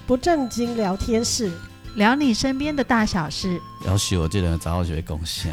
不正经聊天室， 聊你身边的大小事。 要是我这人早就会贡献。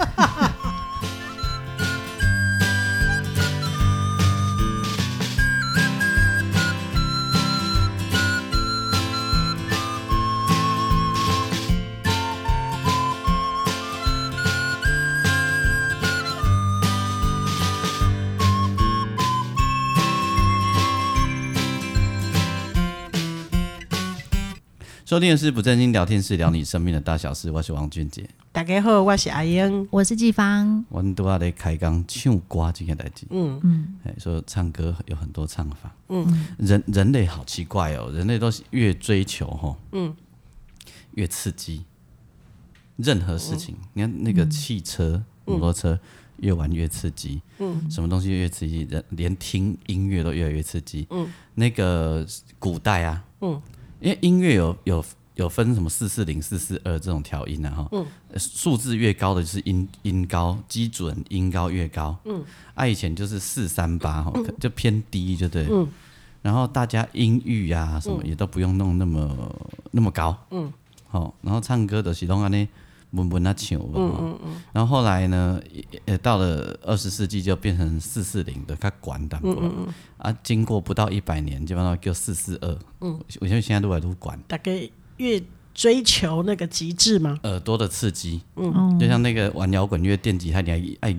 收听的是不正经聊天室，聊你生命的大小事。我是王俊杰。 大家好，我是阿英， 我是季芳。 我们都要来开讲唱歌这件代志。说唱歌有很多唱法。人类好奇怪哦，人类都是越追求越刺激。任何事情，你看那个汽车、摩托车越玩越刺激。什么东西越刺激，连听音乐都越来越刺激。那个古代啊。因为音乐有分什么440、442这种调音啊，数字越高的就是音高，基准音高越高。以前就是438就偏低，就对。然后大家音域啊什么也都不用弄那么高。然后唱歌的是都安尼稳稳啊唱。然后后来呢，到了20世纪就变成440的，较管淡薄。经过不到100年，基本上叫442。我现在越来越管。 大概越追求那个极致吗？ 耳朵的刺激。就像那个玩摇滚乐、电吉他，你还爱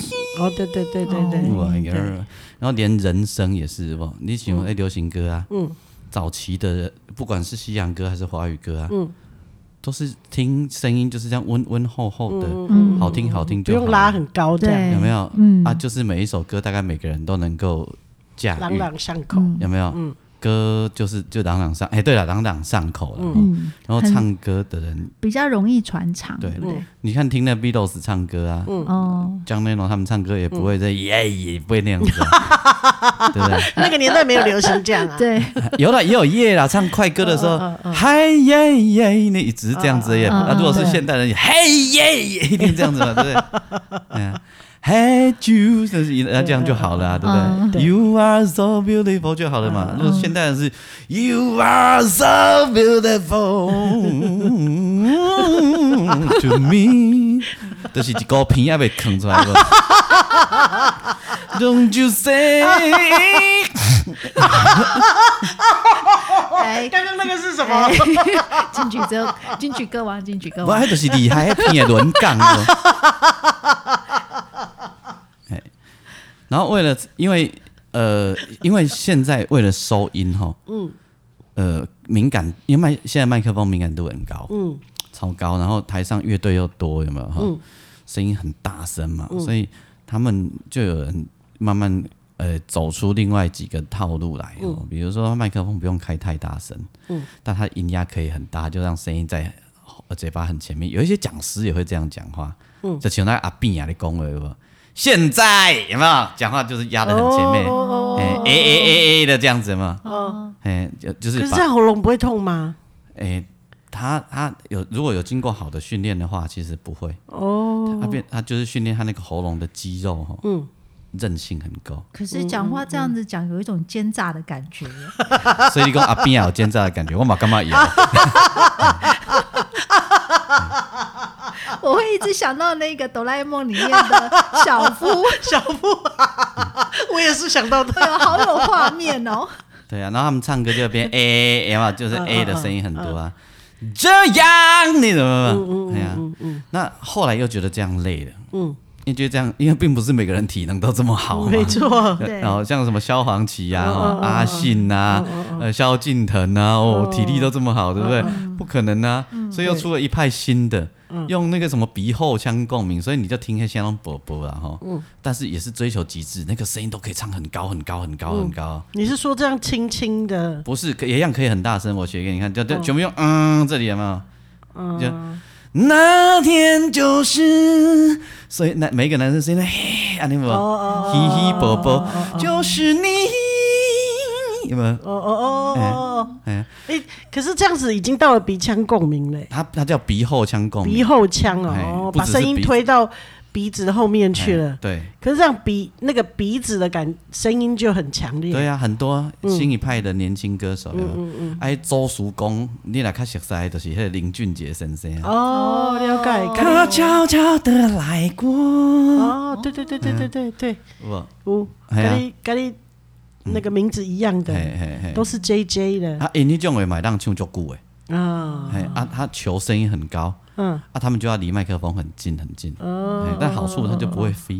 对。然后连人声也是不，你喜欢流行歌啊，早期的不管是西洋歌还是华语歌啊，都是听声音就是这样温厚厚的，好听就好， 不用拉很高这样， 有没有？就是每一首歌大概每个人都能够驾驭， 朗朗上口， 有没有？歌就朗朗上，对了，朗朗上口了。然后唱歌的人比较容易传唱， 对，你看听那 Beatles 唱歌啊，John Lennon 他们唱歌也不会也不会那样子，对不对？ 那个年代没有流行这样啊。 对， 有啦，也有耶啦，唱快歌的时候，嗨耶耶，那只是这样子耶。如果是现代人，嘿耶耶，一定这样子嘛，对不对？Hey Jude， 这样就好了，对不对？You are so beautiful 就好了嘛。如果现代人是 You are so beautiful to me， 就是一个片也被坑出来了。Don't you say？ 刚刚那个是什么？ 金曲歌王。 我那就是厉害，片的轮杠。然后因为现在为了收音敏感，因为现在麦克风敏感度很高，超高，然后台上乐队又多，有没有？声音很大声嘛，所以他们就有人慢慢走出另外几个套路来，比如说麦克风不用开太大声，但它音压可以很大，就让声音在嘴巴很前面。有一些讲师也会这样讲话，就像那阿扁啊，你讲的有没有？现在有没有讲话就是压得很前面，的这样子嘛，就是。 可是这样喉咙不会痛吗？ 他如果有经过好的训练的话，其实不会。他就是训练他那个喉咙的肌肉，韧性很高。 可是讲话这样子讲，有一种奸诈的感觉。 所以你说阿扁有奸诈的感觉，我嘛干嘛有？ 我会一直想到那个哆啦 A 梦里面的小夫， 我也是想到他， 好有画面哦。 对啊，然后他们唱歌就变嘛，就是 A 的声音很多啊。这样你怎么？那后来又觉得这样累了，因为觉得这样，因为并不是每个人体能都这么好嘛， 没错。 然后像什么萧煌奇啊、阿信啊、萧敬腾啊，体力都这么好，对不对？不可能啊，所以又出了一派新的，用那个什么鼻后腔共鸣，所以你就听相当薄薄啦但是也是追求极致，那个声音都可以唱很高很高很高很高。 你是说这样轻轻的？ 不是，也一样可以很大声。我学给你看，就全部用这里有没有？就那天就是，所以每一个男生声音嘿，啊你们嘻嘻啵啵，就是你。有没有？ 可是这样子已经到了鼻腔共鸣嘞。 它叫鼻后腔共鸣。 鼻后腔把声音推到鼻子的后面去了。 对， 可是这样那个鼻子的声音就很强烈。 对啊，很多新一派的年轻歌手，周叔公，你来较熟悉，就是迄个林俊杰先生啊。 哦，了解。 他悄悄的来过。 哦，对，有，跟你那个名字一样的，都是 JJ 的。 他因迄种的嘛，让唱足久的。他球声音很高，他们就要离麦克风很近很近，但好处他就不会飞，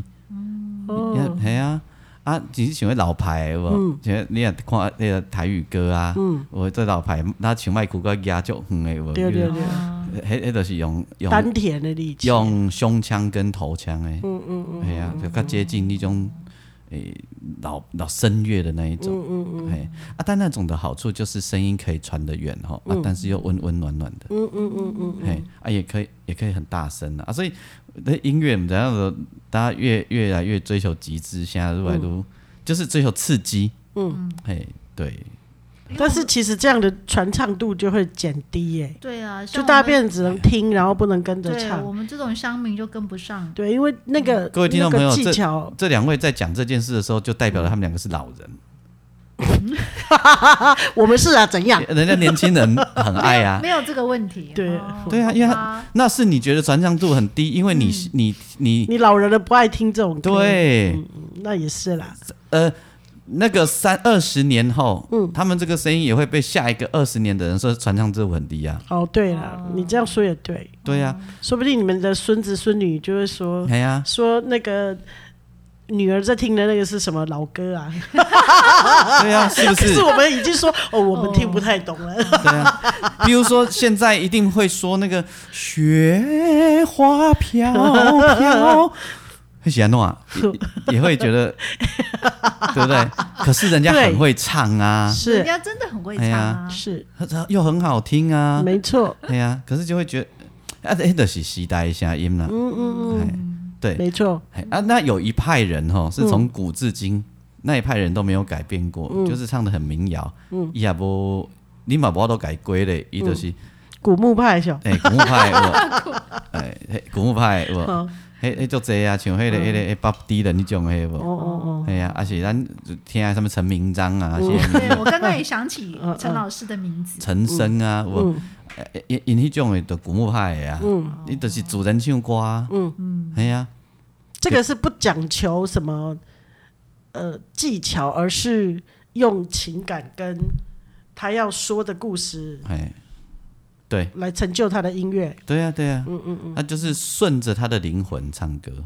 其实像老牌有无？你也看那个台语歌啊，我这老牌，他唱麦克个压足远的有无？ 对， 迄就是用丹田的力气， 用胸腔跟头腔的，就较接近那种。老声乐的那一种，但那种的好处就是声音可以传得远但是又温温暖暖的，也可以很大声所以音乐怎样的，大家越来越追求极致，现在越来越就是追求刺激，对。 但是其实这样的传唱度就会减低耶。 对啊， 就大家变成只能听，然后不能跟着唱。 对，我们这种乡民就跟不上。 对，因为那个各位听众朋友， 技巧这两位在讲这件事的时候，就代表了他们两个是老人。 我们是啊，怎样？ 人家年轻人很爱啊， 没有这个问题。 对对啊，因为那是你觉得传唱度很低，因为你老人的不爱听这种歌。 对， 那也是啦。 那个20年后，他们这个声音也会被下一个20年的人说传唱度很低啊。 哦，对了，你这样说也对。 对啊， 说不定你们的孙子孙女就会说，说那个女儿在听的那个是什么老歌啊？ 对啊，是不是？ 可是我们已经说，我们听不太懂了。 对啊，比如说现在一定会说那个雪花飘飘。会喜欢弄啊，也会觉得，对不对？可是人家很会唱啊， 是人家真的很会唱啊， 是又很好听啊， 没错。 对呀，可是就会觉得，就是时代声音啦，对， 没错。 那有一派人是从古至今那一派人都没有改变过，就是唱得很民谣，也无你嘛无都改过咧，伊就是古墓派是吧？ 古墓派，古墓派有。迄足济啊，像迄个Bob Dylan迄种迄无，啊，是咱听什么陈明章啊， 对，我刚刚也想起陈老师的名字， 陈升啊，因迄种的就古墓派的啊，伊就是主人唱歌啊， 这个是不讲求什么技巧，而是用情感跟他要说的故事， 对， 来成就他的音乐。 对啊，他就是顺着他的灵魂唱歌。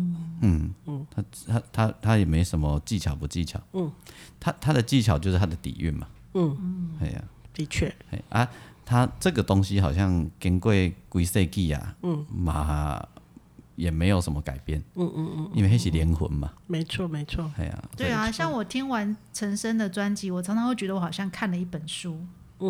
他也没什么技巧不技巧。他的技巧就是他的底蕴嘛。 的确。 他这个东西好像经过几世纪啊，嘛也没有什么改变。因为那是灵魂嘛。 没错。 对啊，像我听完陈升的专辑，我常常会觉得我好像看了一本书。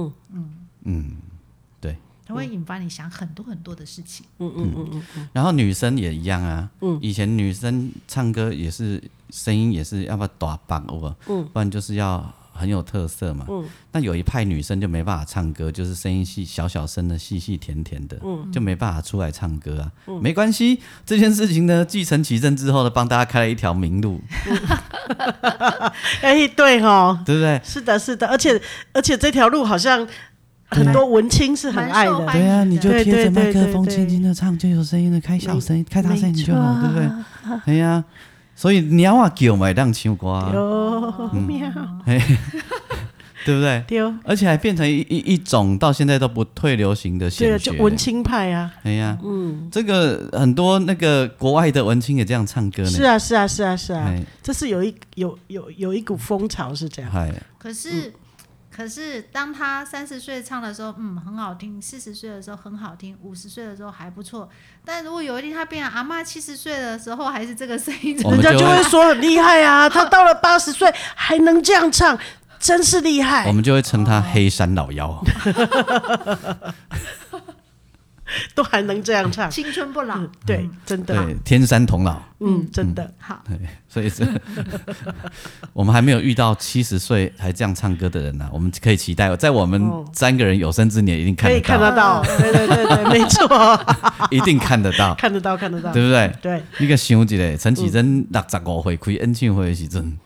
对，它会引发你想很多很多的事情。 然后女生也一样啊。以前女生唱歌也是声音也是要不要大棒，不然就是要很有特色嘛。那有一派女生就没办法唱歌，就是声音小声的、细细甜甜的，就没办法出来唱歌啊。没关系，这件事情呢，继承其政之后呢，帮大家开了一条明路。 对哈， 对不对？ 是的，而且这条路好像。很多文青是很爱的， 对啊，你就贴着麦克风轻轻的唱，就有声音的，开小声、开大声就好，对不对？哎呀，所以鸟啊叫嘛当唱歌，对不对？ 对， 而且还变成一种到现在都不退流行的显学， 就文青派啊。 哎呀，这个很多那个国外的文青也这样唱歌呢。 是啊，这是有一股风潮是这样。 可是当他30岁唱的时候，很好听；40岁的时候很好听；50岁的时候还不错。但如果有一天他变成阿嬷70岁的时候，还是这个声音， 人家就会说很厉害啊！他到了80岁还能这样唱，真是厉害。 我们就会称他黑山老妖。 都还能这样唱， 青春不老。 对，真的， 对，天山童姥。 真的好， 对，所以我们还没有遇到70岁还这样唱歌的人呢、我们可以期待，在我们3个人有生之年一定看可以看得到，对对对对，没错， 一定看得到， 看得到，对不对？ 对， 你个想一下，陈绮贞65岁开演唱会的时阵，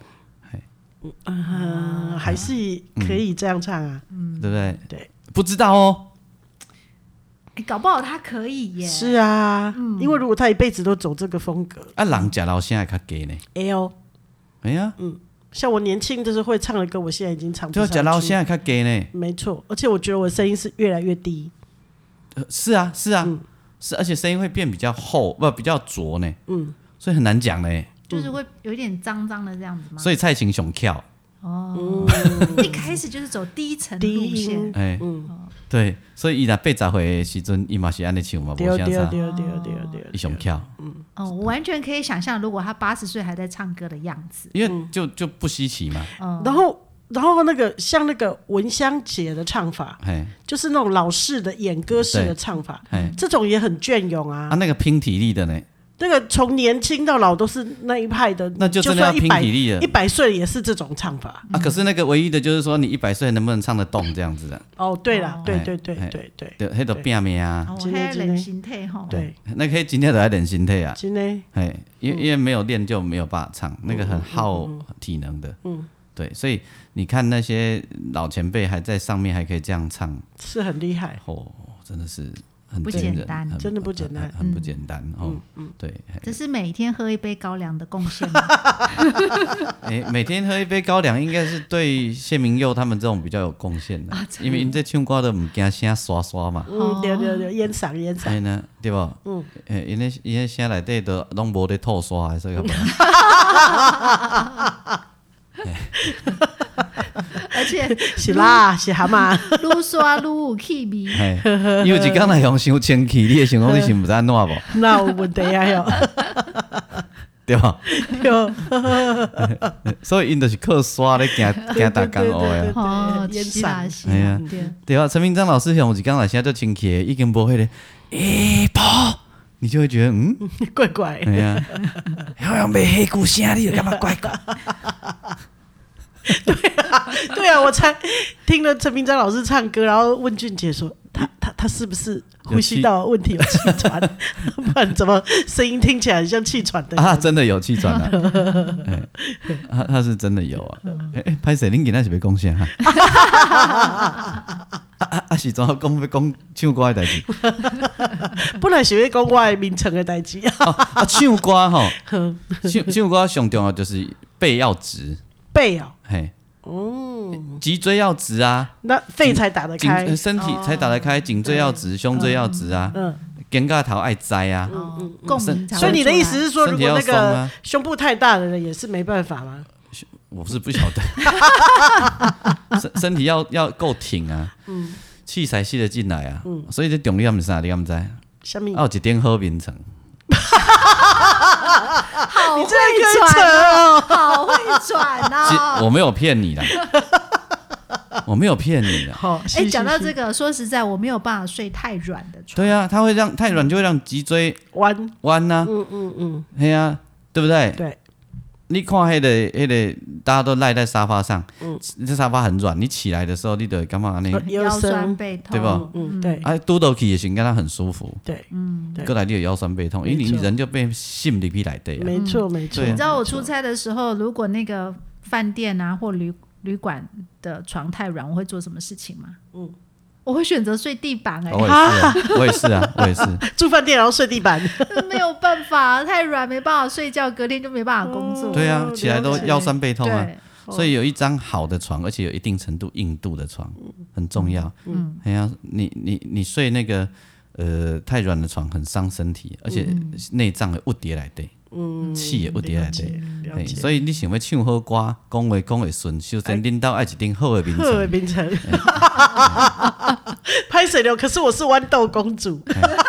还是可以这样唱啊， 对不对？ 对， 不知道哦。 搞不好他可以耶。 是啊，因为如果他一辈子都走这个风格， 啊，人吃老现在较低呢。 哎呦， 哎呀， 像我年轻就是会唱的歌，我现在已经唱不就上去。 吃老现在较低呢。 没错，而且我觉得我的声音是越来越低。 是啊，是，而且声音会变比较厚，比较浊呢。所以很难讲呢。 就是会有一点脏脏的这样子吗？ 所以蔡琴上翘。 一开始就是走低沉路线。 哎，对，所以伊若80岁的时阵，伊嘛是安尼唱嘛，无啥差。伊上翘。 我完全可以想象，如果他80岁还在唱歌的样子， 因为就不稀奇嘛。 然后那个像那个文香姐的唱法，就是那种老式的演歌式的唱法，这种也很隽永啊。 那个拼体力的呢？ 那个从年轻到老都是那一派的， 那就真的要拼体力了。 100岁也是这种唱法啊。可是那个唯一的就是说，你100岁能不能唱得动这样子的？ 哦，对了，对， 迄都拼命啊。 还要练身体吼。 对， 那可以今天都在练身体啊。 真的， 因为没有练就没有办法唱，那个很耗体能的。对，所以你看那些老前辈还在上面还可以这样唱， 是很厉害哦，真的是。很不简单， 真的不简单， 很不简单哦。对， 这是每天喝一杯高粱的贡献。 每天喝一杯高粱，应该是对谢明佑他们这种比较有贡献的，因为因这唱歌都唔惊声刷刷嘛。 对，烟嗓。 哎呢，对不？因为声内底都拢无咧吐刷，所以个。 而且是啦，是蛤蟆， 愈刷愈有气味。 因为一刚来用伤清气，你会想讲你是不是安怎无？ 那有问题啊哟， 对吧？ 对， 所以因就是靠刷咧行大江学的。 哦，烟嗓， 哎呀，对啊，陈明章老师用一刚来现在就清气，已经无迄个跑，你就会觉得怪怪。 哎呀，好像没黑骨声，你就干嘛怪怪？ 对啊，我才听了陈明章老师唱歌，然后问俊杰说他是不是呼吸道问题有气喘？不然怎么声音听起来很像气喘的？ 啊，真的有气喘啊！他是真的有啊！拍摄恁今仔是要讲啥？是怎讲要讲唱歌的代志？ 本来是要讲我的名称的代志啊！唱歌吼，唱歌上重要就是背要直。 背哦， 脊椎要直啊， 那肺才打得开， 身体才打得开，颈椎要直，胸椎要直啊，肩胛头爱栽啊， 所以你的意思是说，如果那个胸部太大的人也是没办法吗？ 我是不晓得，身体要够挺啊，气才吸得进来啊，所以这重点是啥？你敢知？ 什么？ 有一顶好眠床。 好会转哦，好会转哦！ 我没有骗你啦，我没有骗你啦。 讲到这个，说实在，我没有办法睡太软的床。 对啊，它会让太软就会让脊椎弯呐。对啊，对不对？ 对。 你看那个，大家都赖在沙发上，这沙发很软，你起来的时候，你得干嘛呢？ 腰酸背痛， 对不？ 对。 拄到起的时候，跟它很舒服。 对， 过来你有腰酸背痛，因为你人就被吸入去内底啊。 没错。你知道我出差的时候，如果那个饭店啊或旅馆的床太软，我会做什么事情吗？我会选择睡地板。 我也是啊， 住饭店然后睡地板， 没有办法，太软没办法睡觉，隔天就没办法工作。 对啊，起来都腰酸背痛啊。所以有一张好的床，而且有一定程度硬度的床很重要。哎呀，你睡那个太软的床很伤身体，而且内脏会郁叠来的。气也有伫内底，所以你想要唱好歌，讲话讲会顺，首先恁兜爱一顶好的眠床。 好的眠床，拍水流。可是我是豌豆公主。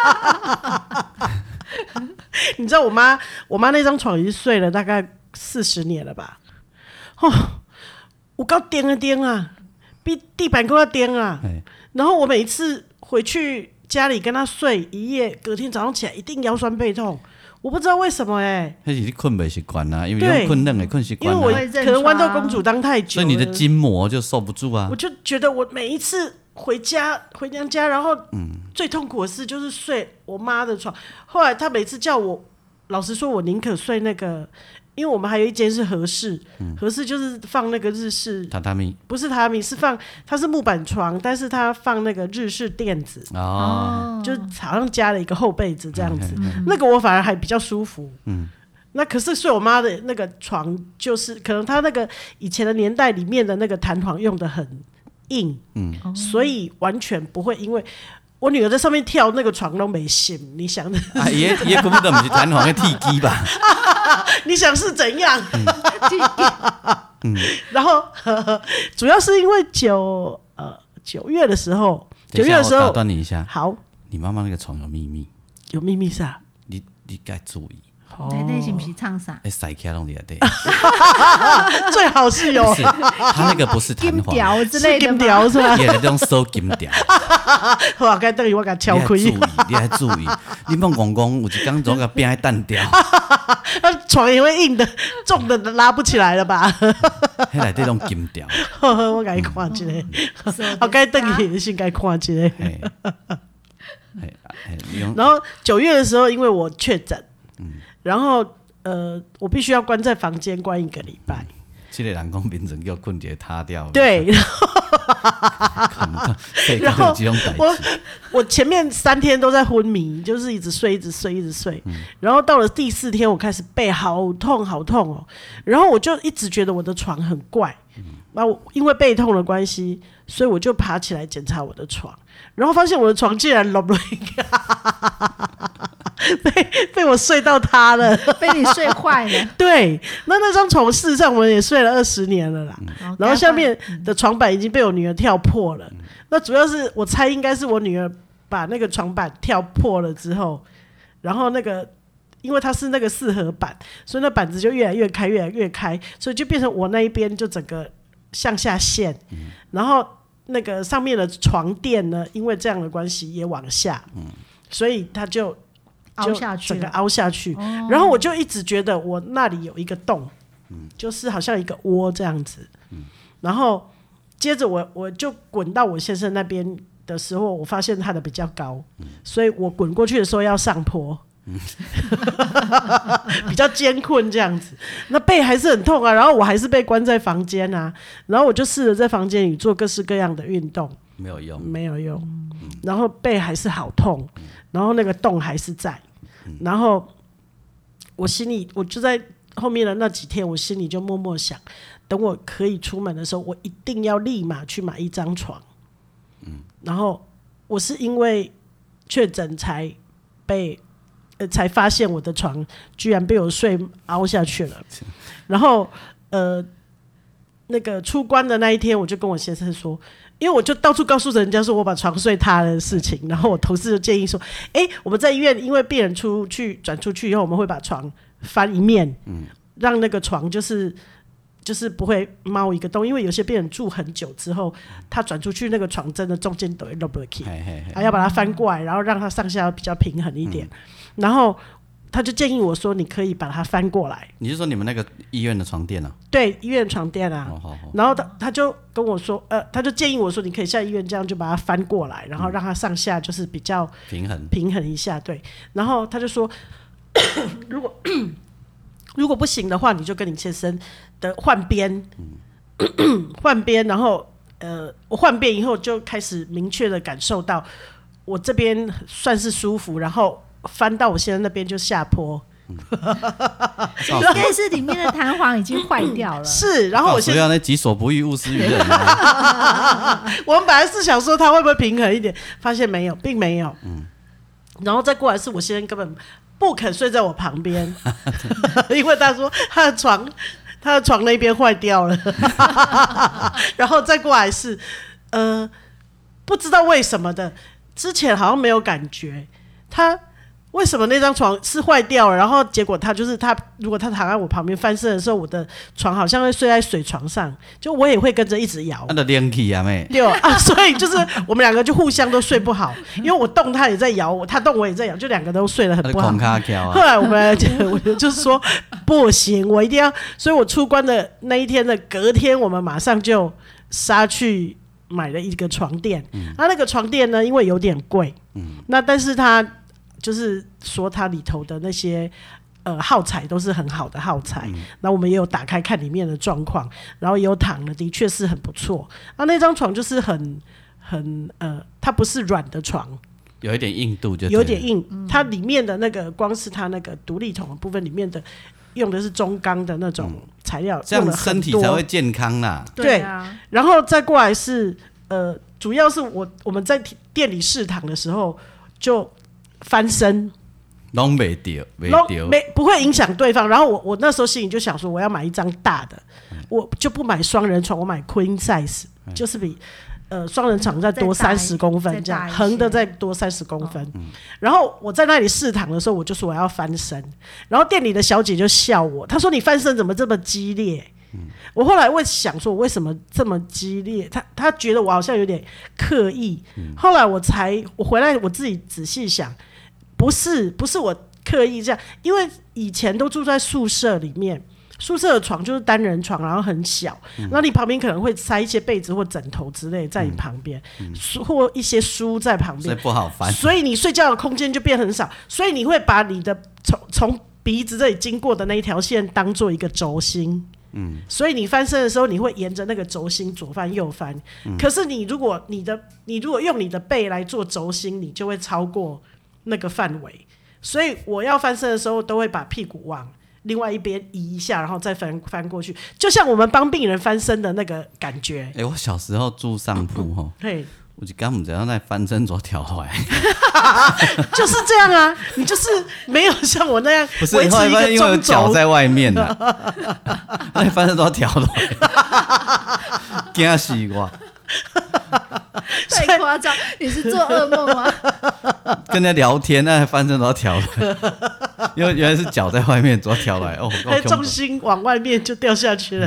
你知道我妈那张床已经睡了大概40年了吧？有够颠啊，比地板更要颠啊。然后我每一次回去家里跟他睡一夜，隔天早上起来一定腰酸背痛，我不知道为什么那是你困不习惯啊，因为用困冷的困习惯， 因为我可能豌豆公主当太久了， 所以你的筋膜就受不住啊。 我就觉得我每一次回娘家，然后最痛苦的事就是睡我妈的床。后来她每次叫我，老实说，我宁可睡那个。因为我们还有一间是和室，和室就是放那个日式榻榻米， 不是榻榻米，是放它是木板床，但是它放那个日式垫子，就好像加了一个厚被子这样子，那个我反而还比较舒服。那可是睡我妈的那个床，就是可能她那个以前的年代里面的那个弹簧用的很硬，所以完全不会因为。我女儿在上面跳，那个床都没掀，你想的？ 也根本都不是弹簧的地基吧？ 你想是怎样？然后主要是因为9月的时候，9月的时候， 我打断你一下， 好， 你妈妈那个床有秘密， 有秘密是啊？ 你该注意。 内内是不是唱啥？ 会塞起来弄在内， 最好是有。 它那个不是弹簧， 金条之类的金条是吧？ 也是用手金条。 好，该等于我给它敲开。 你还注意，你莫讲有一天总给变爱弹掉。 那床也会硬的，重的拉不起来了吧？ 那内底用金条。 我给你看一下，好该等于先该看一下。然后9月的时候，因为我确诊。然后我必须要关在房间关1个礼拜。 这个人讲变成叫困节塌掉。 对，然后我前面3天都在昏迷，就是一直睡，一直睡，一直睡。然后到了第4天，我开始背好痛好痛哦。然后我就一直觉得我的床很怪。然后因为背痛的关系，所以我就爬起来检查我的床，然后发现我的床竟然落不被我睡到塌了， 被你睡坏了。 对，那张床事实上我们也睡了20年了啦。然后下面的床板已经被我女儿跳破了。那主要是我猜应该是我女儿把那个床板跳破了之后，然后那个因为它是那个4合板，所以那板子就越来越开，越来越开，所以就变成我那一边就整个向下陷，然后那个上面的床垫呢，因为这样的关系也往下，所以它就凹下去， 整个凹下去。然后我就一直觉得我那里有一个洞，就是好像一个窝这样子。然后接着我就滚到我先生那边的时候，我发现他的比较高，所以我滚过去的时候要上坡。比较艰困这样子，那背还是很痛啊，然后我还是被关在房间啊，然后我就试着在房间里做各式各样的运动，没有用，然后背还是好痛，然后那个洞还是在，然后我心里我就在后面的那几天，我心里就默默想，等我可以出门的时候，我一定要立马去买一张床。然后我是因为确诊才发现我的床居然被我睡凹下去了。然后那个出关的那一天，我就跟我先生说，因为我就到处告诉人家说我把床睡塌的事情，然后我同事就建议说，我们在医院因为病人转出去以后，我们会把床翻一面，让那个床就是不会猫一个洞，因为有些病人住很久之后，他转出去那个床真的中间都会落不去，要把它翻过来，然后让它上下比较平衡一点。然后他就建议我说，你可以把它翻过来。 你是说你们那个医院的床垫啊？ 对，医院床垫啊。然后他就跟我说，他就建议我说，你可以像医院这样就把它翻过来，然后让它上下就是比较平衡一下。对，然后他就说，如果不行的话，你就跟你先生的换边，换边，然后我换边以后就开始明确的感受到我这边算是舒服，然后翻到我先生那边就下坡。 应该是里面的弹簧已经坏掉了。 是，然后我先要那己所不欲，勿施于人。 我们本来是想说他会不会平衡一点，发现没有，并没有。然后再过来是我先生根本不肯睡在我旁边，因为他说他的床那边坏掉了。然后再过来是不知道为什么的，之前好像没有感觉，他为什么那张床是坏掉了？然后结果如果他躺在我旁边翻身的时候，我的床好像会睡在水床上，就我也会跟着一直摇。 那就冷气啊妹。 对啊，所以就是我们两个就互相都睡不好，因为我动他也在摇我，他动我也在摇，就两个都睡得很不好。后来我就是说不行，我一定要，所以我出关的那一天的隔天，我们马上就杀去买了一个床垫。那个床垫呢，因为有点贵，那但是他就是说它里头的那些耗材都是很好的耗材，那我们也有打开看里面的状况，然后也有躺了，的确是很不错。那张床就是它不是软的床， 有一点硬度就对了， 有点硬。它里面的那个光是它那个独立筒的部分里面的用的是中钢的那种材料， 这样身体才会健康啦。 对啊， 然后再过来是主要是我们在店里试躺的时候就翻身， 拢没丢， 不会影响对方。然后我那时候心里就想说，我要买一张大的，我就不买双人床，我买 queen size，就是比双人床再多30公分，这样横的再多30公分。然后我在那里试躺的时候，我就说我要翻身，然后店里的小姐就笑我，她说你翻身怎么这么激烈？我后来会想说，我为什么这么激烈？他觉得我好像有点刻意。后来我回来我自己仔细想，不是我刻意这样，因为以前都住在宿舍里面，宿舍的床就是单人床，然后很小，然后你旁边可能会塞一些被子或枕头之类在你旁边，或一些书在旁边， 所以不好翻， 所以你睡觉的空间就变很少，所以你会把你的从鼻子这里经过的那一条线当做一个轴心。所以你翻身的时候，你会沿着那个轴心左翻右翻。可是你如果用你的背来做轴心，你就会超过那个范围。所以我要翻身的时候，都会把屁股往另外一边移一下，然后再翻过去，就像我们帮病人翻身的那个感觉。 我小时候住上铺吼，我就根本只要在翻身做调回来， 就是这样啊！你就是没有像我那样不是维持一个中轴， 因为有脚在外面的，那翻身都要调回来，惊死我！ 太夸张！你是做噩梦吗？ 跟人家聊天，那翻身都要调来，因为原来是脚在外面，都要调来哦。 重心往外面就掉下去了。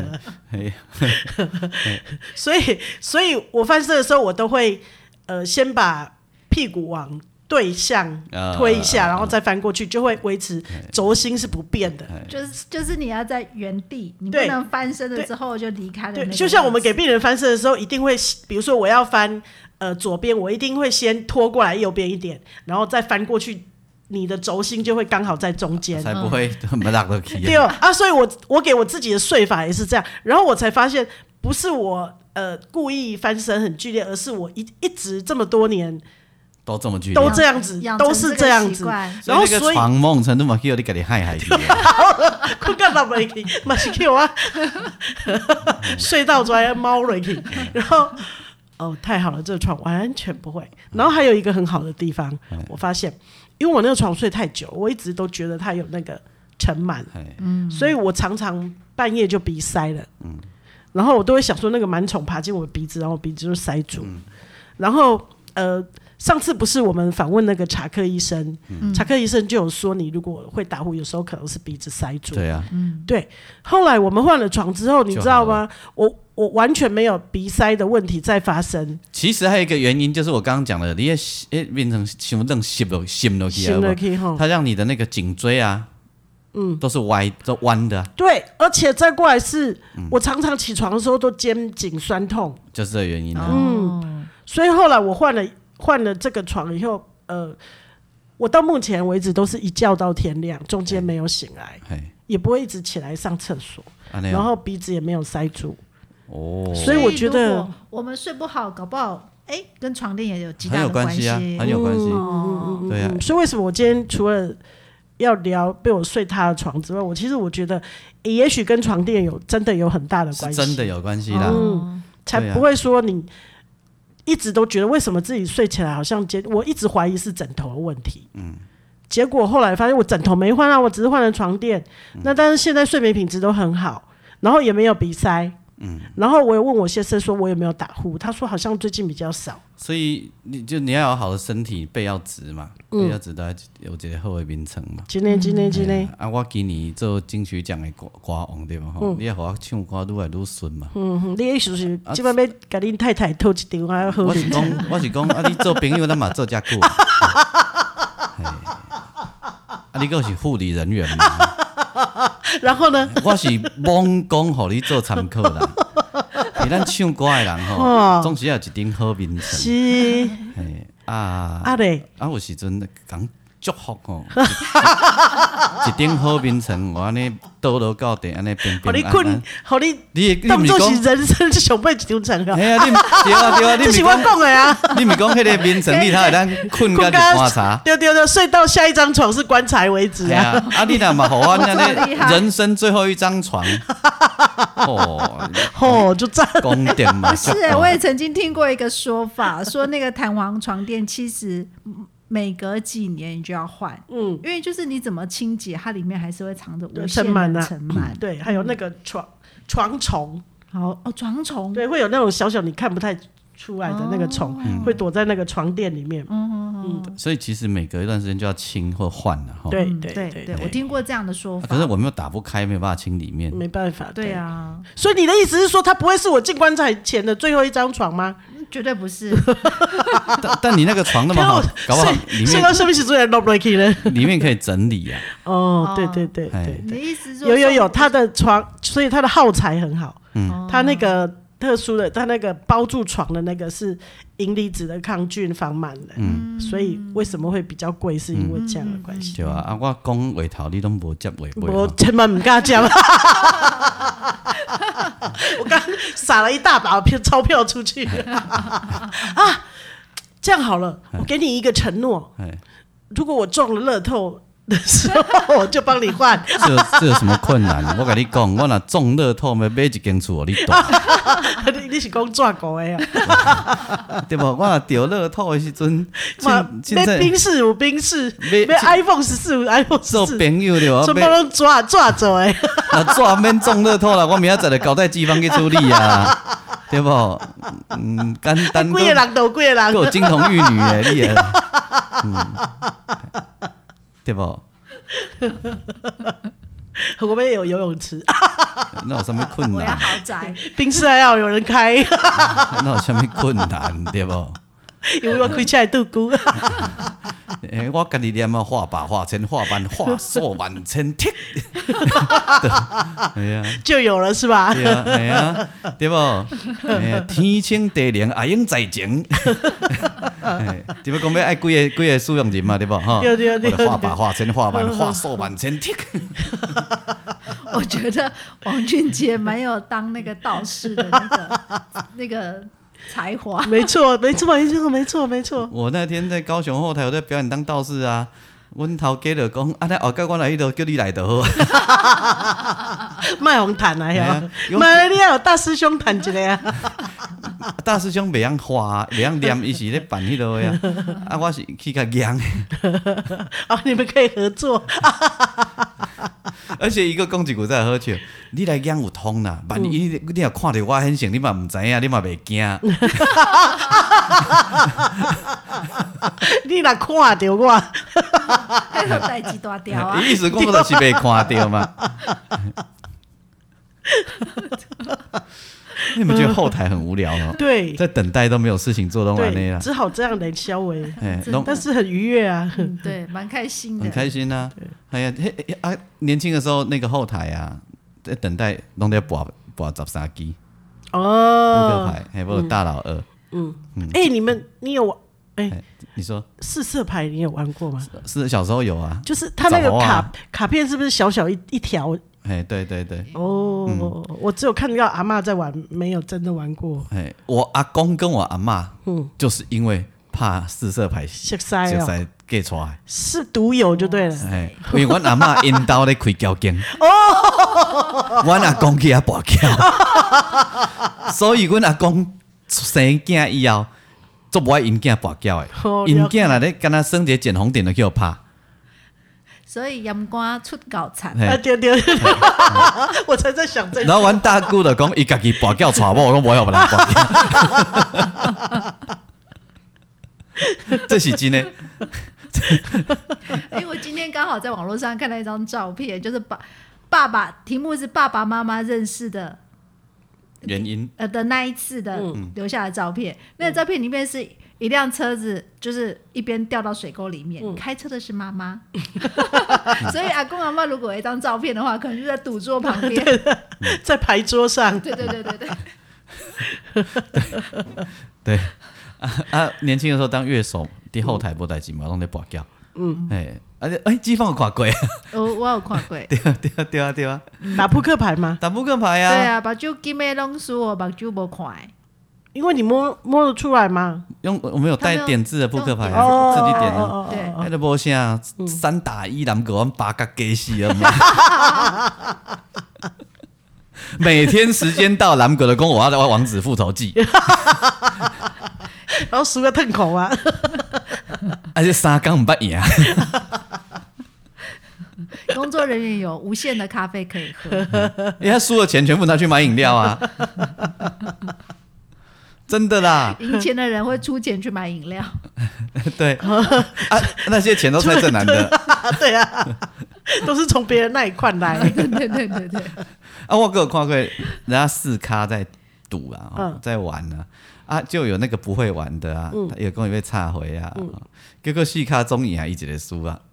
所以我翻身的时候，我都会先把屁股往对向推一下，然后再翻过去，就会维持轴心是不变的。 就是你要在原地，你不能翻身了之后就离开了那个位置。 就像我们给病人翻身的时候，一定会，比如说我要翻左边，我一定会先拖过来右边一点，然后再翻过去，你的轴心就会刚好在中间， 才不会很不落去。 对啊，所以我给我自己的睡法也是这样，然后我才发现不是我故意翻身很剧烈，而是我一直这么多年。 都这么剧烈， 都这样子，都是这样子。 然后所以床梦程度嘛，叫你给你害去。 困觉到袂去，嘛是叫我睡到出来猫落去。然后太好了，这个床完全不会。然后还有一个很好的地方，我发现，因为我那个床睡太久，我一直都觉得它有那个尘螨，所以我常常半夜就鼻塞了。然后我都会想说，那个螨虫爬进我的鼻子，然后我鼻子就塞住。然后上次不是我们访问那个查克医生，查克医生就有说，你如果会打呼，有时候可能是鼻子塞住。 对啊， 对。后来我们换了床之后，你知道吗？我完全没有鼻塞的问题再发生。 其实还有一个原因，就是我刚刚讲的，你也变成心脏吸落去，它让你的那个颈椎啊，都是都弯的。对，而且再过来是，我常常起床的时候都肩颈酸痛， 就是这个原因啊。 所以后来我换了这个床以后，我到目前为止都是一觉到天亮，中间没有醒来，也不会一直起来上厕所，然后鼻子也没有塞住。所以我觉得， 如果我们睡不好，搞不好跟床垫也有极大的关系啊，很有关系。对啊， 所以为什么我今天除了要聊被我睡塌的床之外，其实我觉得，也许跟床垫真的有很大的关系， 真的有关系啦。 才不会说你一直都觉得为什么自己睡起来好像我一直怀疑是枕头的问题。结果后来发现我枕头没换啊，我只是换了床垫。那但是现在睡眠品质都很好，然后也没有鼻塞。 然后我也问我先生说我有没有打呼，他说好像最近比较少。 所以你要有好的身体，背要直嘛，背要直都要有一个好的名称嘛。 真的。 啊，我今年做金曲奖的歌王对嘛吼，你要互我唱歌愈来愈顺嘛。 你的意思是即摆要甲恁太太讨一张啊好名称？ 我是讲啊，你做朋友咱嘛做遮久。啊，你个是护理人员嘛？ 然后呢？ 我是罔讲，互你做参考啦。比咱唱歌的人吼，总是要有一顶好名称。 是。 咧。有时阵讲祝福吼，一顶好名称，我安尼倒落到地，安尼平平安安。互你困，互你当作是人生上辈一张床啊！ 哎呀，对啊， 这是我讲的啊！ 你咪讲迄个名称，你才会当困到就观察。 对，睡到下一张床是棺材为止啊！ 你若嘛互我安尼人生最后一张床， 就赞。 宫殿嘛。 不是，我也曾经听过一个说法，说那个弹簧床垫其实每隔几年你就要换，因为就是你怎么清洁，它里面还是会藏着无限的尘螨。 对，还有那个床虫， 床虫， 对，会有那种小小你看不太出来的那个虫，会躲在那个床垫里面。 所以其实每隔一段时间就要清或换了哈。 对， 我听过这样的说法。 可是我们又打不开，没有办法清里面， 没办法。 对啊， 所以你的意思是说，它不会是我进棺材前的最后一张床吗？ 绝对不是。 但你那个床那么好，搞不好里面睡到什么时阵落不去呢？ 里面可以整理啊。 对。 你的意思说有他的床，所以他的耗材很好。他那个特殊的，他那个包住床的那个是银离子的抗菌防螨的。所以为什么会比较贵，是因为这样的关系。 对啊，我讲话头你都无接话尾。 我千万唔敢讲。我刚撒了一大把钞票出去。这样好了，我给你一个承诺，如果我中了乐透的时候，我就帮你换。 这有什么困难？我跟你讲，我若中乐透，要买一间厝，你住。 你是讲怎个的啊？ 对不？我若中乐透的时阵， 买宾士有宾士，买 iPhone 14有 iPhone 14。 做朋友对吧？ 全部拢抓做的。 抓免中乐透啦，我明仔载就交代机房去处理啊，对不？简单。几个人都几个人， 有金童玉女的，你也。对不？ 我们也有游泳池。 那有什么困难？ 我要豪宅， 宾士还要有人开。 那有什么困难？对不？ 因为我开车度姑。 我家己念啊，画靶、画千、画板、画数万千剔。 就有了是吧？ 对啊，对不？天清地凉，阿英在前。对不？讲要爱几个使用人嘛，对不？哈， 对。 画靶、画千、画板、画数万千剔。 我觉得王俊杰蛮有当那个道士的那个才华。 没错。 我那天在高雄后台，我在表演当道士啊。阮头家就讲，那后盖我来迄度，叫你来就好。 卖红毯啊呀！卖你要有大师兄弹一个啊！ 大师兄袂晓画，袂晓念，伊是咧办迄落呀。我是去甲养。 你们可以合作。 而且一个讲一句再好笑，你来养有通啦，万一你若看到我很像，你嘛唔知影，你嘛袂惊。 你若看到我， 迄个代志大条啊！ 意思讲我就是袂看到嘛。你们觉得后台很无聊哦？ 对， 在等待都没有事情做，都完那样， 只好这样来消微。但是很愉悦啊， 对，蛮开心的， 很开心啊。哎呀，年轻的时候那个后台啊，在等待拢在播13支扑克牌，还有大老二。 你有你说四色牌你有玩过吗？ 是小时候有啊， 就是它那个卡片是不是小小一条？ 对。 我只有看到阿嬷在玩，没有真的玩过。 我阿公跟我阿嬷，就是因为怕四色牌熟塞给出来， 是独有就对了。 因为阮阿嬷因兜咧开交间，阮阿公去遐跋筊，所以阮阿公生囝以后，做不爱因囝跋筊的，因囝内咧敢若耍一个捡红点就叫拍。 所以阳光出高产。 对，我才在想这个。 然后阮大姑就讲，伊家己跋筊娶某，我讲无要别人跋筊。这是真的。 我今天刚好在网络上看到一张照片，就是爸爸题目是爸爸妈妈认识的原因的那一次的留下的照片。那个照片里面是一辆车子，就是一边掉到水沟里面，开车的是妈妈。所以阿公阿嬷如果有一张照片的话，可能就在赌桌旁边， 在牌桌上。 对。 对年轻的时候当乐手，伫后台无代志嘛，拢在跋筊。而且机房有看过。 我有看过。 对啊。 打扑克牌吗？ 打扑克牌啊。 对啊，目睭金的拢输，目睭无看。 因为你摸得出来吗？ 我们有带点字的扑克牌，自己点的。 对， 那都无啥3打1，人个阮8甲加死了嘛。每天时间到，蓝狗的讲我要玩王子复仇记。 然后输个吞口啊。 而且3天不赢。 工作人员有无限的咖啡可以喝。 因为他输的钱全部拿去买饮料啊。真的啦， 赢钱的人会出钱去买饮料。 对那些钱都蔡正南的。 对啊，都是从别人那里换来。 对。 我有看过人家4咖在赌啊，在玩啊，就有那个不会玩的啊，有跟我被插回啊，结果4咖总赢，伊一个输啊。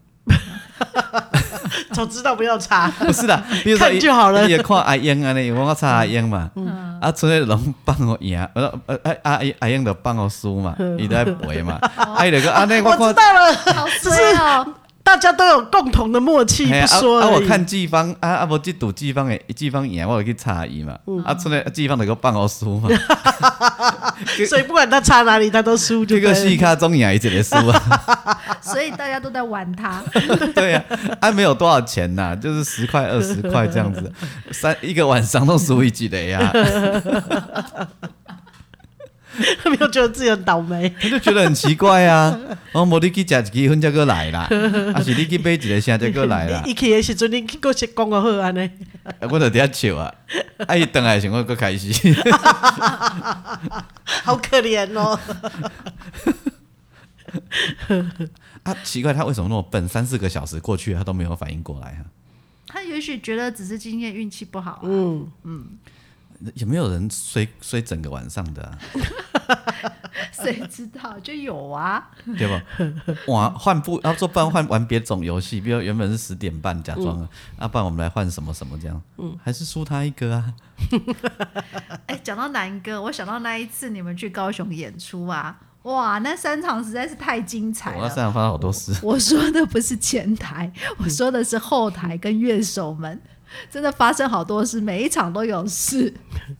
早知道不要插。 不是啦，比如说看就好了。 伊看阿英安尼，我插阿英嘛，剩下拢放我赢，阿英就放我输嘛，伊就在赔嘛，伊就讲安尼， 我知道了， 好衰哦。 大家都有共同的默契，不说而已。 我看季芳无去赌季芳赢，我就去插伊嘛，剩下季芳就给放我输嘛。 所以不管他插哪里，他都输。 这个4咖总赢，伊一个输啊。 所以大家都在玩他。 对啊，没有多少钱呐，就是10块20块这样子，一个晚上都输一个呀。 没有觉得自己很倒霉， 他就觉得很奇怪啊。无你去吃一支粉才过来啦，还是你去买一个啥才过来啦？ 伊去的时阵，你搁是讲我好安尼。 我就伫遐笑啊，伊回来的时候我搁开始。 好可怜哦。 奇怪，他为什么那么笨？3-4个小时过去，他都没有反应过来啊。 他也许觉得只是今天运气不好。 有没有人睡整个晚上的啊？ 谁知道就有啊， 对吧？换不然玩别种游戏，比如原本是10点半假装不然我们来换什么什么这样，还是输他一个啊。 讲到南哥，我想到那一次你们去高雄演出啊，哇，那3场实在是太精彩了。 那3场发生好多事。 我说的不是前台，我说的是后台跟乐手们。真的发生好多事，每一场都有事。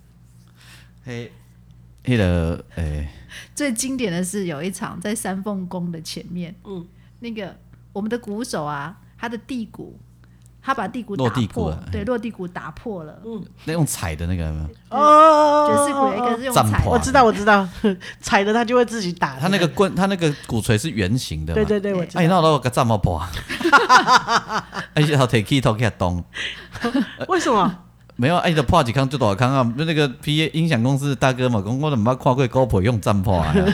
最经典的是有一场在三凤宫的前面，那个我们的鼓手啊，他的地鼓，他把地鼓打破，对，落地鼓打破了。 那用踩的那个有没有？ 爵士鼓有一个是用踩的， 我知道，踩的他就会自己打。 他那个鼓槌是圆形的嘛？ 对，我知道。 那我给这么破，头提起头起来动。 为什么？ 没有，就破几坑就大坑啊！那个 PA 音响公司的大哥嘛，讲我都没看过鼓皮用战破啊。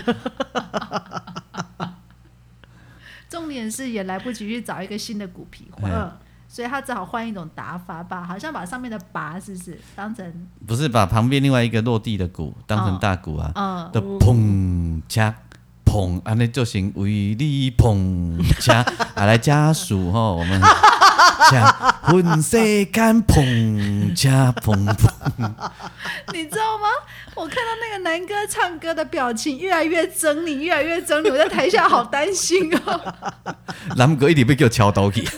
重点是也来不及去找一个新的鼓皮换，所以他只好换一种打法吧，好像把上面的拔是不是当成？不是把旁边另外一个落地的鼓当成大鼓啊，的砰掐。砰，安尼就行，为你砰掐，来家属吼，我们掐，混世间砰掐砰砰。 你知道吗？我看到那个南哥唱歌的表情越来越狰狞，越来越狰狞，我在台下好担心哦。 南哥一直要叫敲刀去。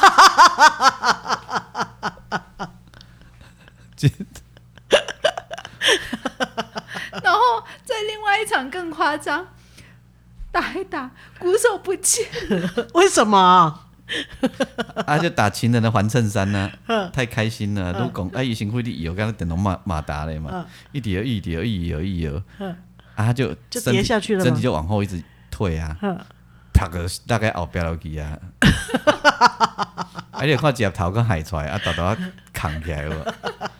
然后在另外一场更夸张。打一打，鼓手不见了， 为什么？ 就打情人的黄衬衫呢，太开心了。都讲伊身躯里有刚才电动马达嘞嘛，一摇，他就跌下去了， 身体就往后一直退啊， 啪个大概后壁落去啊。啊，你看一粒头刚害出来，啊，豆豆啊扛起来了。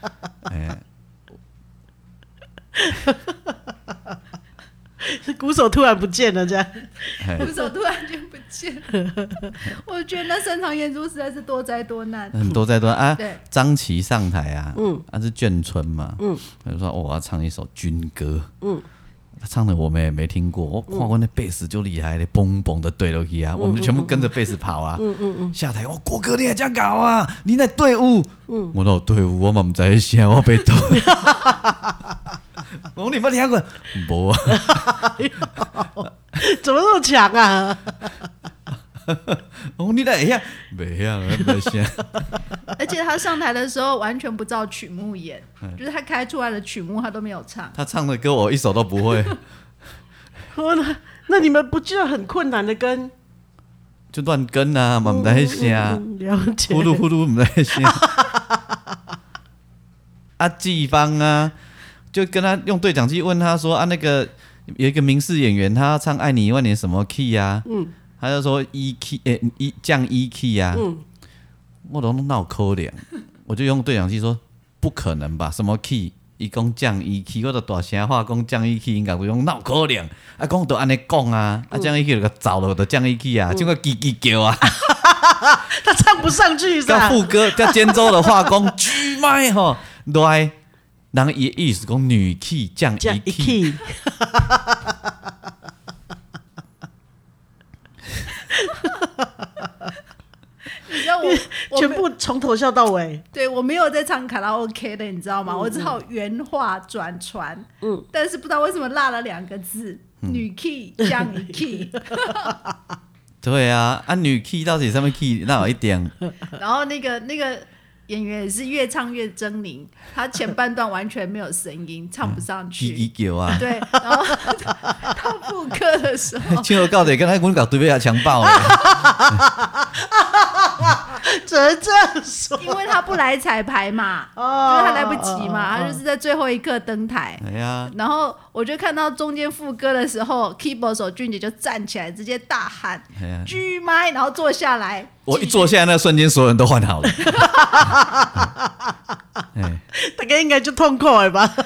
鼓手突然不见了，这样。 鼓手突然间不见了，我觉得那3场演出实在是多灾多难。 很多灾多难啊！ 对， 张琪上台啊，是眷村嘛，他就说我要唱一首军歌，他唱的我们也没听过，我看过那贝斯就厉害了，嘣嘣的对落去啊，我们就全部跟着贝斯跑啊，下台哦，国歌你也这样搞啊，你那队伍，我那队伍我嘛不知啥，我被斗。我说你没听过？没啊， 怎么那么强啊？ 哦，你那会晓？没晓，没晓。 而且他上台的时候完全不照曲目演，就是他开出来的曲目他都没有唱。 他唱的歌我一首都不会。 那你们不就很困难的跟？ 就乱跟啊，嘛不知啥。 了解。 呼噜呼噜不知啥。啊，季芳啊。就跟他用对讲机问他说啊，那个有一个民视演员，他要唱《爱你10000年》什么 key 啊？他就说key，降key 啊。我都闹可怜，我就用对讲机说不可能吧？什么 key？ 伊讲降key， 我就大声话讲降key， 应该会用闹可怜。啊，讲都安尼讲啊，降key 就走了，就降key 啊，就个叽叽叫啊。 他唱不上去是吧？ 叫副歌，叫尖州的话讲巨麦吼来。人伊意思讲女 key 降一 key， 你知道我全部从头笑到尾。 对，我没有在唱卡拉 OK 的，你知道吗？我只好原话转传。但是不知道为什么落了2个字，女 key 降一 key。 对啊，女 key 到底什么 key？ 那有一点。 然后那个演员也是越唱越狰狞，他前半段完全没有声音，唱不上去。 叽叽叫啊！ 对，然后到副歌的时候， 唱到到底跟他阮搞对面也强暴了。 只能这样说， 因为他不来彩排嘛，因为他来不及嘛，他就是在最后一刻登台。 哎呀， 然后我就看到中间副歌的时候 ，keyboard 手俊杰就站起来，直接大喊“居麦”，然后坐下来。 我一坐下来那瞬间，所有人都换好了。 大概应该就痛苦了吧？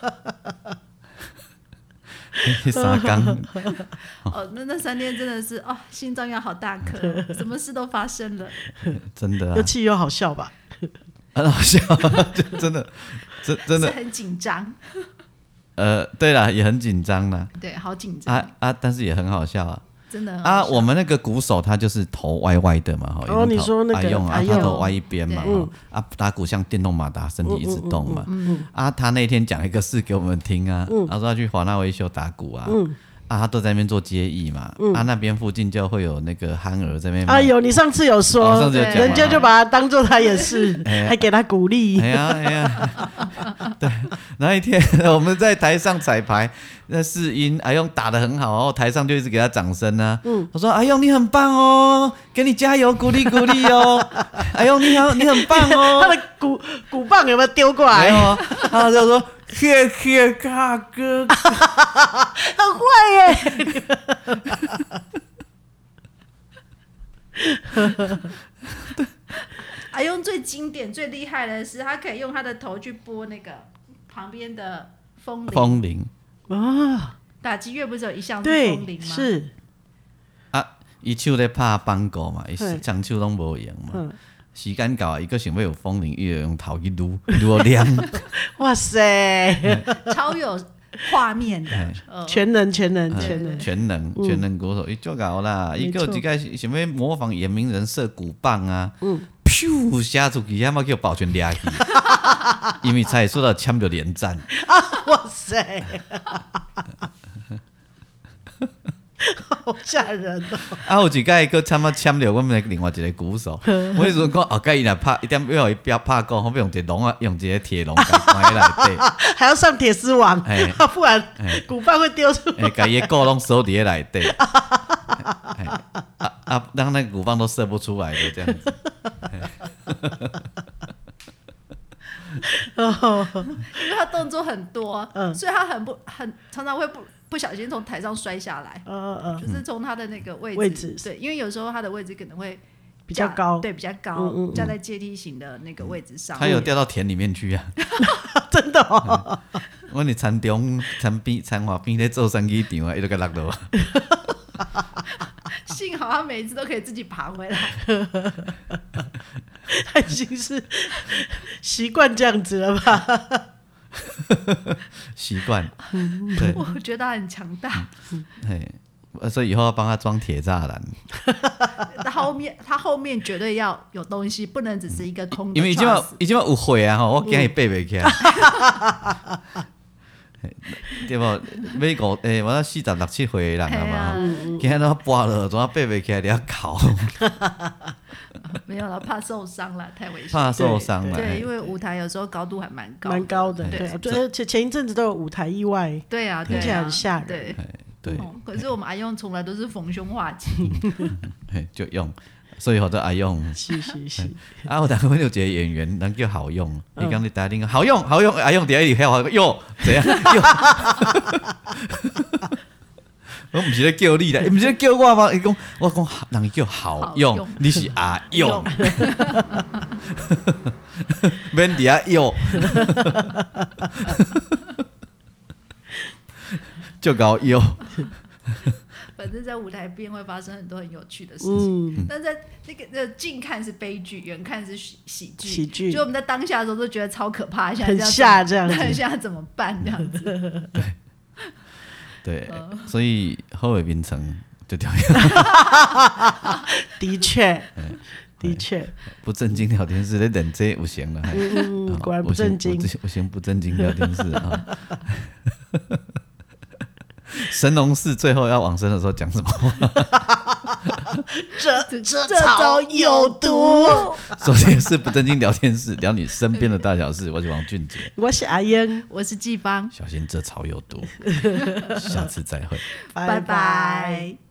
3天哦，那3天真的是哦，心脏要好大颗，什么事都发生了。 真的啊， 又气又好笑吧？ 很好笑，真的，真的是很紧张。 对啦，也很紧张啦。 对，好紧张但是也很好笑啊。 真的很好笑我们那个鼓手他就是头歪歪的嘛， 你说那个他头歪一边嘛，打鼓像电动马达，身体一直动嘛。他那天讲一个事给我们听啊，他说他去华纳维修打鼓啊。他都在那边做接艺嘛，那边附近就会有那个憨儿在那边。 哎呦，你上次有说，人家就把他当做他也是，还给他鼓励。 哎呀，对，那一天我们在台上彩排，那试音，阿勇打得很好，然后台上就一直给他掌声啊。我说阿勇你很棒哦，给你加油，鼓励鼓励哦。阿勇你好，你很棒哦。 他的鼓棒有没有丢过来？ 没有啊，他就说。谢谢大哥， 很会耶！ 阿用最经典、最厉害的是，他可以用他的头去拨那个旁边的风铃啊！ 打击乐不是有一项是风铃吗？ 是啊，伊手咧拍邦鼓嘛，伊双手拢无用嘛。时间到，伊个想要有风铃，伊就用头去撸亮。 哇塞， 超有画面的， 全能鼓手，伊足够啦！伊有一个想要模仿严明人射鼓棒啊，噗下出去，还要叫保全抓去，因为才会说到签着连战。 哇塞！好吓人哦！ 有一届佫签了我们另外一个鼓手，我迄阵讲后盖伊若拍，一点要伊拍鼓，后壁用一个笼用一个铁笼关在内底， 还要上铁丝网，不然鼓棒会丢出来。 把伊个鼓拢锁伫个内底，让那个鼓棒都射不出来的这样子。 因为他动作很多，所以他常常会不小心从台上摔下来，就是从他的那个位置，对，因为有时候他的位置可能会比较高， 对，比较高，架在阶梯型的那个位置上。 他有掉到田里面去啊！ 真的哦。 我你田中田外边在做生意场啊，伊就给落落。 幸好他每一次都可以自己爬回来。 他已经是习惯这样子了吧？ 习惯，对， 我觉得他很强大。 所以以后要帮他装铁栅栏。 他后面绝对要有东西，不能只是一个空的。 因为已经有血啊，我惊伊爬不起来。对不？我那40、67岁的人啊嘛，今天都跋了，怎啊爬不起来？你要考？ 没有了，怕受伤了，太危险。 怕受伤了。 对，因为舞台有时候高度还蛮高的，对，而且前一阵子都有舞台意外， 对啊， 听起来很吓人。 对， 可是我们阿用从来都是逢凶化吉， 就用。所以好多爱用， 是。 啊，我当时有一个演员，人叫好用，你讲你打电话好用，爱用，第二里还有怎样？我不是在叫你啦，不是在叫我吗？我讲人叫好用，你是阿用，免底下用，就搞用。 反正在舞台边会发生很多很有趣的事情，但在那个近看是悲剧，远看是喜剧。就我们在当下的时候都觉得超可怕， 很吓这样子， 现在怎么办这样子？ 对，所以后尾冰城就掉的确， 不正经聊天室在等这不行了。 果然不正经， 不行，不正经聊天室啊。神农氏最后要往生的时候讲什么话？ 这招有毒。 首先是不正经聊天室，聊你身边的大小事。我是王俊杰， 我是阿英， 我是季芳。 小心这草有毒。下次再会， 拜拜。